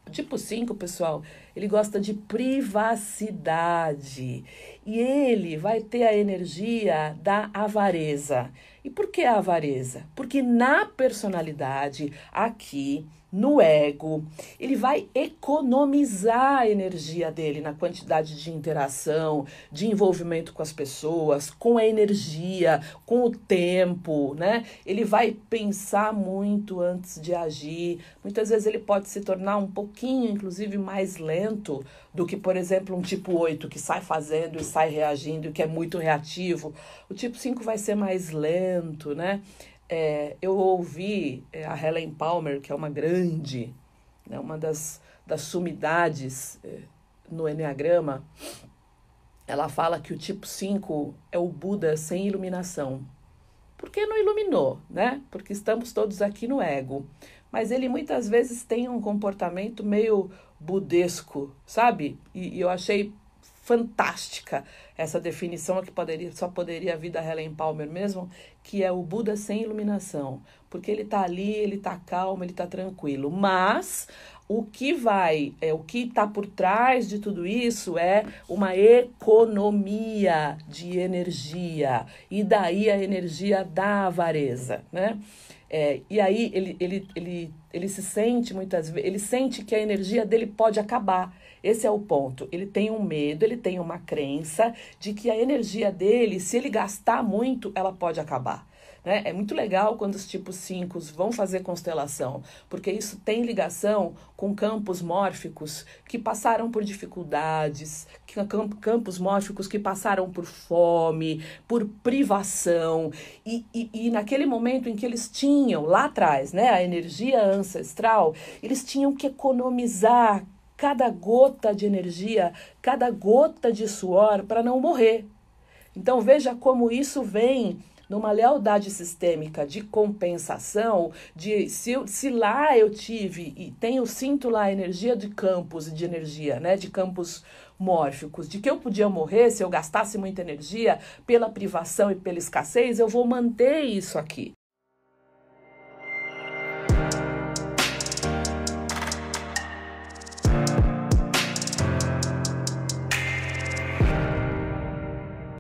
O tipo 5, pessoal, ele gosta de privacidade e ele vai ter a energia da avareza. E por que a avareza? Porque na personalidade, aqui, no ego, ele vai economizar a energia dele na quantidade de interação, de envolvimento com as pessoas, com a energia, com o tempo, né? Ele vai pensar muito antes de agir. Muitas vezes ele pode se tornar um pouquinho, inclusive, mais lento do que, por exemplo, um tipo 8 que sai fazendo e sai reagindo e que é muito reativo. O tipo 5 vai ser mais lento, né? Eu ouvi a Helen Palmer, que é uma grande, né, uma das sumidades no Eneagrama. Ela fala que o tipo 5 é o Buda sem iluminação. Por que não iluminou, né? Porque estamos todos aqui no ego. Mas ele muitas vezes tem um comportamento meio budesco, sabe? E eu achei fantástica essa definição que só poderia vir da Helen Palmer mesmo, que é o Buda sem iluminação. Porque ele está ali, ele está calmo, ele está tranquilo. Mas o que está por trás de tudo isso é uma economia de energia. E daí a energia da avareza, né? E aí ele se sente muitas vezes, ele sente que a energia dele pode acabar. Esse é o ponto. Ele tem um medo, ele tem uma crença de que a energia dele, se ele gastar muito, ela pode acabar. Né? É muito legal quando os tipos 5 vão fazer constelação, porque isso tem ligação com campos mórficos que passaram por dificuldades, campos mórficos que passaram por fome, por privação, e naquele momento em que eles tinham, lá atrás, né, a energia ancestral, eles tinham que economizar cada gota de energia, cada gota de suor para não morrer. Então veja como isso vem numa lealdade sistêmica de compensação, se lá eu tive e sinto lá a energia de campos e de energia, né, de campos mórficos, de que eu podia morrer se eu gastasse muita energia pela privação e pela escassez, eu vou manter isso aqui.